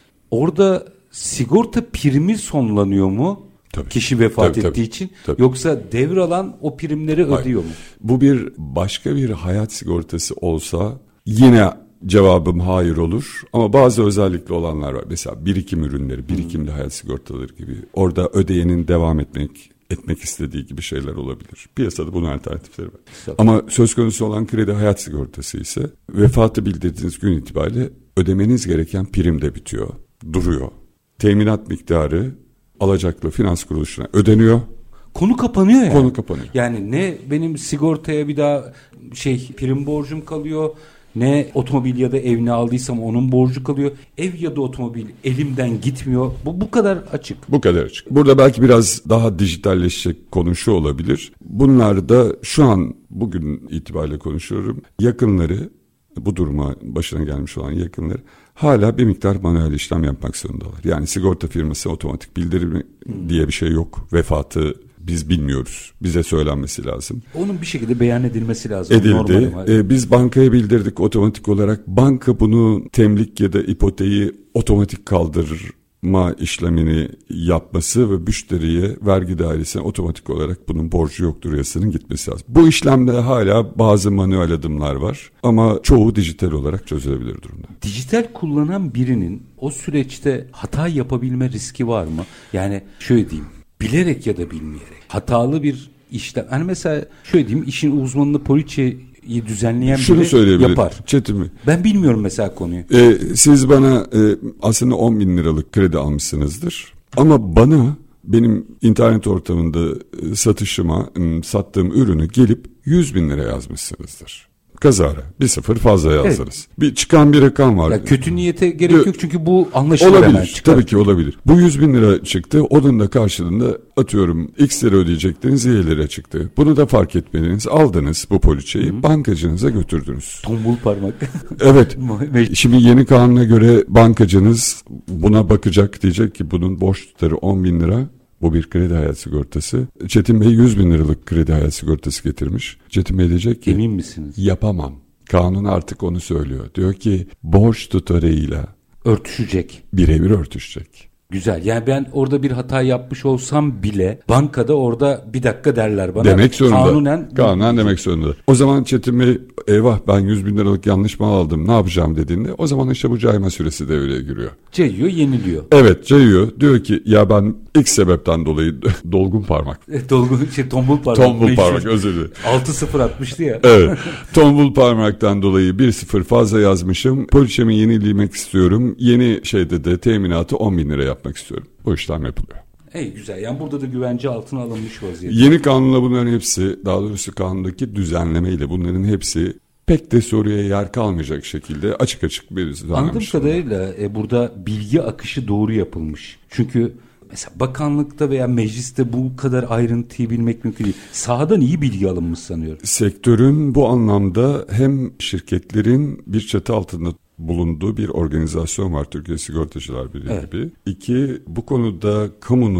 Orada sigorta primi sonlanıyor mu? Tabii. Kişi vefat Tabii, ettiği tabii. için. Tabii. Yoksa devralan o primleri Hayır. ödüyor mu? Bu bir başka bir hayat sigortası olsa yine cevabım hayır olur. Ama bazı özellikli olanlar var. Mesela birikim ürünleri, birikimli hayat sigortaları gibi. Orada ödeyenin devam etmek etmek istediği gibi şeyler olabilir. Piyasada bunun alternatifleri var. Tabii. Ama söz konusu olan kredi hayat sigortası ise vefatı bildirdiğiniz gün itibariyle ödemeniz gereken prim de bitiyor, duruyor. Teminat miktarı alacaklı finans kuruluşuna ödeniyor. Konu kapanıyor yani. Konu kapanıyor. Yani ne benim sigortaya bir daha şey prim borcum kalıyor, ne otomobil ya da ev ne aldıysam onun borcu kalıyor. Ev ya da otomobil elimden gitmiyor. Bu bu kadar açık. Bu kadar açık. Burada belki biraz daha dijitalleşecek konu şu olabilir. Bunlar da şu an bugün itibariyle konuşuyorum. Yakınları, bu duruma başına gelmiş olan yakınları hala bir miktar manuel işlem yapmak zorundalar. Yani sigorta firması otomatik bildirimi hmm. diye bir şey yok. Vefatı biz bilmiyoruz. Bize söylenmesi lazım. Onun bir şekilde beyan edilmesi lazım. Edildi. Ee, biz bankaya bildirdik otomatik olarak. Banka bunu temlik ya da ipoteği otomatik kaldırma işlemini yapması ve müşteriye vergi dairesine otomatik olarak bunun borcu yoktur yazısının gitmesi lazım. Bu işlemde hala bazı manuel adımlar var ama çoğu dijital olarak çözülebilir durumda. Dijital kullanan birinin o süreçte hata yapabilme riski var mı? Yani şöyle diyeyim. Bilerek ya da bilmeyerek hatalı bir işlem. Hani mesela şöyle diyeyim, işin uzmanını poliçeyi düzenleyen Şunu biri yapar. Çetin mi? Ben bilmiyorum mesela konuyu. Ee, siz bana e, aslında on bin liralık kredi almışsınızdır. Ama bana benim internet ortamında e, satışıma e, sattığım ürünü gelip yüz bin lira yazmışsınızdır. Kazara bir sıfır fazla yazdınız. Evet. Bir çıkan bir rakam var. Ya kötü niyete gerek Gö- yok çünkü bu anlaşılır olabilir, hemen çıkar. Tabii ki olabilir. Bu yüz bin lira çıktı. Onun da karşılığında atıyorum X lira ödeyecektiniz, Y lira çıktı. Bunu da fark etmediniz. Aldınız bu poliçeyi, Hı. bankacınıza götürdünüz. Tombul parmak. Evet. Şimdi yeni kanuna göre bankacınız buna bakacak, diyecek ki bunun borç tutarı on bin lira. Bu bir kredi hayat sigortası. Çetin Bey yüz bin liralık kredi hayat sigortası getirmiş. Çetin Bey diyecek ki emin misiniz? Yapamam. Kanun artık onu söylüyor. Diyor ki borç tutarıyla örtüşecek. Birebir örtüşecek. Güzel. Yani ben orada bir hata yapmış olsam bile bankada orada bir dakika derler bana. Demek zorunda. Kanunen. Kanunen demek zorunda. O zaman Çetin Bey eyvah ben yüz bin liralık yanlış mal aldım ne yapacağım dediğinde o zaman işte bu cayma süresi devreye giriyor. Cayıyor, yeniliyor. Evet, cayıyor. Diyor ki ya ben X sebepten dolayı dolgun parmak. dolgun şey tombul parmak. Tombul parmak özür dilerim. altı sıfır atmıştı ya. Evet. Tombul parmaktan dolayı bir sıfır fazla yazmışım. Poliçemi yenileymek istiyorum. Yeni şeyde de teminatı on bin lira yapmak istiyorum. O işlem yapılıyor. Ey güzel. Yani burada da güvence altına alınmış vaziyette. Yeni kanunla bunların hepsi, daha doğrusu kanundaki düzenlemeyle bunların hepsi pek de soruya yer kalmayacak şekilde açık açık bir düzenlenmiş. Anladığım kadarıyla e, burada bilgi akışı doğru yapılmış. Çünkü mesela bakanlıkta veya mecliste bu kadar ayrıntıyı bilmek mümkün değil. Sahadan iyi bilgi alınmış sanıyorum. Sektörün bu anlamda hem şirketlerin bir çatı altında bulunduğu bir organizasyon var, Türkiye Sigortacılar Birliği evet. gibi. İki, bu konuda kamunun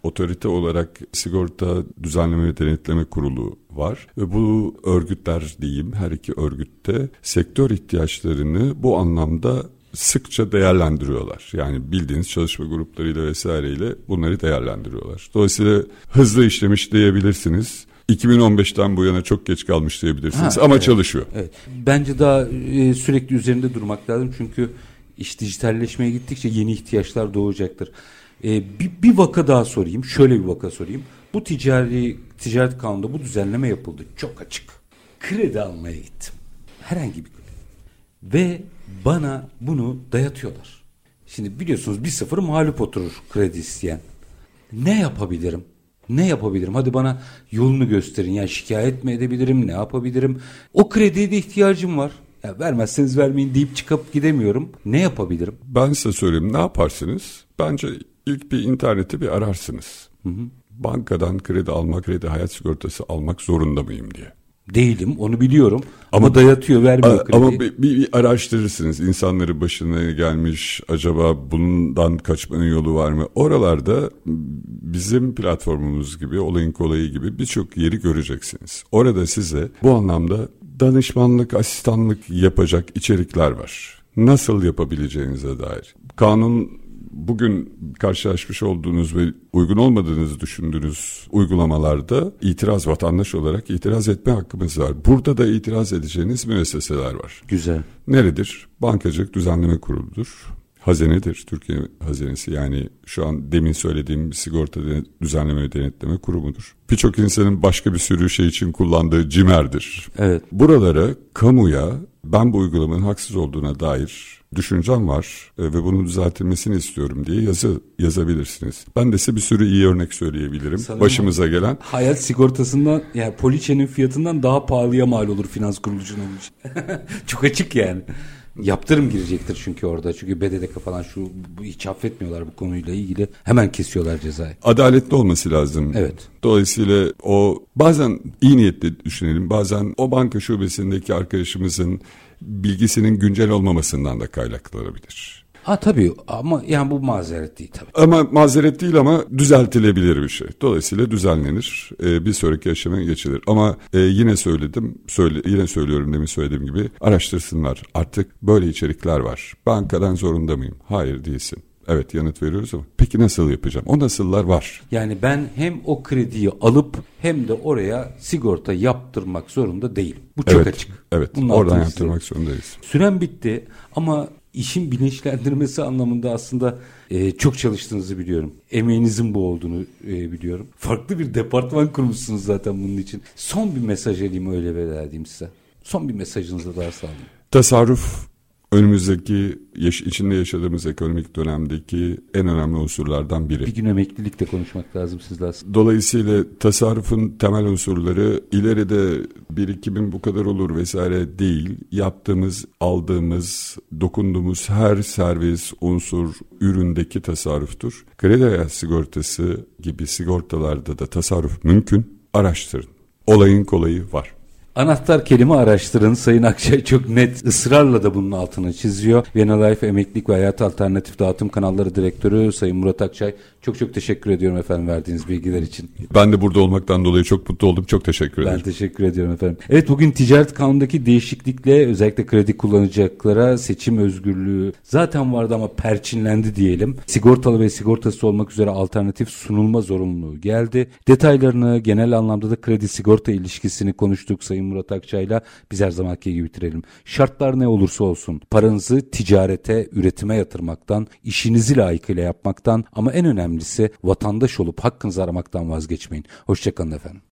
otorite olarak Sigorta Düzenleme ve Denetleme Kurulu var. Ve bu örgütler diyeyim, her iki örgütte sektör ihtiyaçlarını bu anlamda sıkça değerlendiriyorlar. Yani bildiğiniz çalışma gruplarıyla vesaireyle bunları değerlendiriyorlar. Dolayısıyla hızlı işlemiş diyebilirsiniz. iki bin on beşten bu yana çok geç kalmış diyebilirsiniz ha, ama evet, çalışıyor. Evet. Bence daha e, sürekli üzerinde durmak lazım çünkü iş dijitalleşmeye gittikçe yeni ihtiyaçlar doğacaktır. E, bir, bir vaka daha sorayım. Şöyle bir vaka sorayım. Bu ticari ticaret kanununda bu düzenleme yapıldı. Çok açık. Kredi almaya gittim. Herhangi bir kredi. Ve bana bunu dayatıyorlar. Şimdi biliyorsunuz bir sıfır mağlup oturur kredi isteyen. Ne yapabilirim? Ne yapabilirim? Hadi bana yolunu gösterin. Yani şikayet mi edebilirim? Ne yapabilirim? O krediye de ihtiyacım var. Ya vermezseniz vermeyin deyip çıkıp gidemiyorum. Ne yapabilirim? Ben size söyleyeyim. Ne yaparsınız? Bence ilk bir interneti bir ararsınız. Hı hı. Bankadan kredi almak, kredi hayat sigortası almak zorunda mıyım diye. Değilim, onu biliyorum. Ama, ama dayatıyor, vermiyor kredi. Ama bir, bir araştırırsınız. İnsanların başına gelmiş, acaba bundan kaçmanın yolu var mı? Oralarda bizim platformumuz gibi, olayın kolayı gibi birçok yeri göreceksiniz. Orada size bu anlamda danışmanlık, asistanlık yapacak içerikler var. Nasıl yapabileceğinize dair. Kanun bugün karşılaşmış olduğunuz ve uygun olmadığınızı düşündüğünüz uygulamalarda itiraz, vatandaş olarak itiraz etme hakkımız var. Burada da itiraz edeceğiniz müesseseler var. Güzel. Neredir? Bankacılık Düzenleme Kurulu'dur. Hazinedir. Türkiye Hazinesi, yani şu an demin söylediğim Sigorta Düzenleme ve Denetleme Kurumu'dur. Birçok insanın başka bir sürü şey için kullandığı CİMER'dir. Evet. Buralara, kamuya ben bu uygulamanın haksız olduğuna dair düşüncem var ve bunun düzeltilmesini istiyorum diye yazı yazabilirsiniz. Ben de size bir sürü iyi örnek söyleyebilirim. Sanırım başımıza gelen. Hayat sigortasından, yani poliçenin fiyatından daha pahalıya mal olur finans kurulucunun olmuş. Çok açık yani. Yaptırım girecektir çünkü orada. Çünkü B D D K falan şu hiç affetmiyorlar bu konuyla ilgili. Hemen kesiyorlar cezayı. Adaletli olması lazım. Evet. Dolayısıyla o bazen iyi niyetli düşünelim. Bazen o banka şubesindeki arkadaşımızın bilgisinin güncel olmamasından da kaynaklanabilir. Ha tabii ama yani bu mazeret değil tabii. Ama mazeret değil ama düzeltilebilir bir şey. Dolayısıyla düzenlenir. Ee, bir sonraki aşamaya geçilir. Ama e, yine söyledim, söyle, yine söylüyorum demin söylediğim gibi araştırsınlar. Artık böyle içerikler var. Bankadan zorunda mıyım? Hayır değilsin. Evet, yanıt veriyoruz ama peki nasıl yapacağım? O nasıllar var. Yani ben hem o krediyi alıp hem de oraya sigorta yaptırmak zorunda değilim. Bu çok evet, açık. Evet, Bunun oradan yaptırmak zorundayız. Süren bitti ama işin bilinçlendirmesi anlamında aslında e, çok çalıştığınızı biliyorum. Emeğinizin bu olduğunu e, biliyorum. Farklı bir departman kurmuşsunuz zaten bunun için. Son bir mesaj alayım, öyle veda edeyim size. Son bir mesajınızı daha sağlayayım. Tasarruf önümüzdeki yaş- içinde yaşadığımız ekonomik dönemdeki en önemli unsurlardan biri. Bir gün emeklilik de konuşmak lazım sizle aslında. Dolayısıyla tasarrufun temel unsurları ileride birikimin bu kadar olur vesaire değil. Yaptığımız, aldığımız, dokunduğumuz her servis, unsur, üründeki tasarruftur. Kredi hayat sigortası gibi sigortalarda da tasarruf mümkün. Araştırın. Olayın kolayı var. Anahtar kelime araştırın. Sayın Akçay çok net, ısrarla da bunun altını çiziyor. Vienna Life Emeklilik ve Hayat Alternatif Dağıtım Kanalları Direktörü Sayın Murat Akçay. Çok çok teşekkür ediyorum efendim verdiğiniz bilgiler için. Ben de burada olmaktan dolayı çok mutlu oldum. Çok teşekkür ederim. Ben teşekkür ediyorum efendim. Evet, bugün ticaret kanunundaki değişiklikle özellikle kredi kullanacaklara seçim özgürlüğü zaten vardı ama perçinlendi diyelim. Sigortalı ve sigortasız olmak üzere alternatif sunulma zorunluluğu geldi. Detaylarını, genel anlamda da kredi sigorta ilişkisini konuştuk Sayın Murat Akçay'la. Biz her zamanki gibi bitirelim. Şartlar ne olursa olsun paranızı ticarete, üretime yatırmaktan, işinizi layıkıyla yapmaktan ama en önemlisi vatandaş olup hakkınızı aramaktan vazgeçmeyin. Hoşçakalın efendim.